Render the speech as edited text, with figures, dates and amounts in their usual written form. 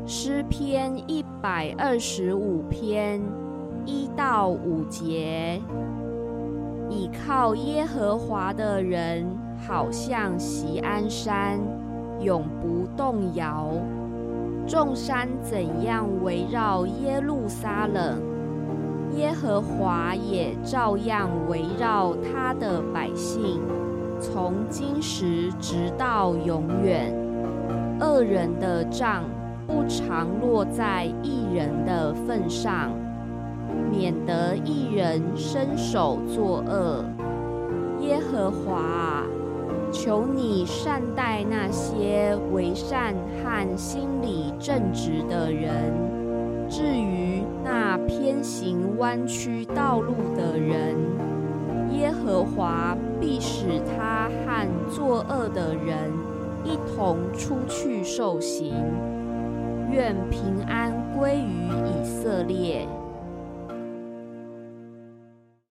诗篇125篇1到5节。倚靠耶和华的人，好像锡安山，永不动摇。众山怎样围绕耶路撒冷，耶和华也照样围绕他的百姓，从今时直到永远。恶人的杖不常落在义人的份上，免得义人伸手作恶。耶和华啊，求你善待那些为善和心里正直的人，至于那偏行弯曲道路的人，耶和华必使他和作恶的人一同出去受刑。愿平安归于以色列。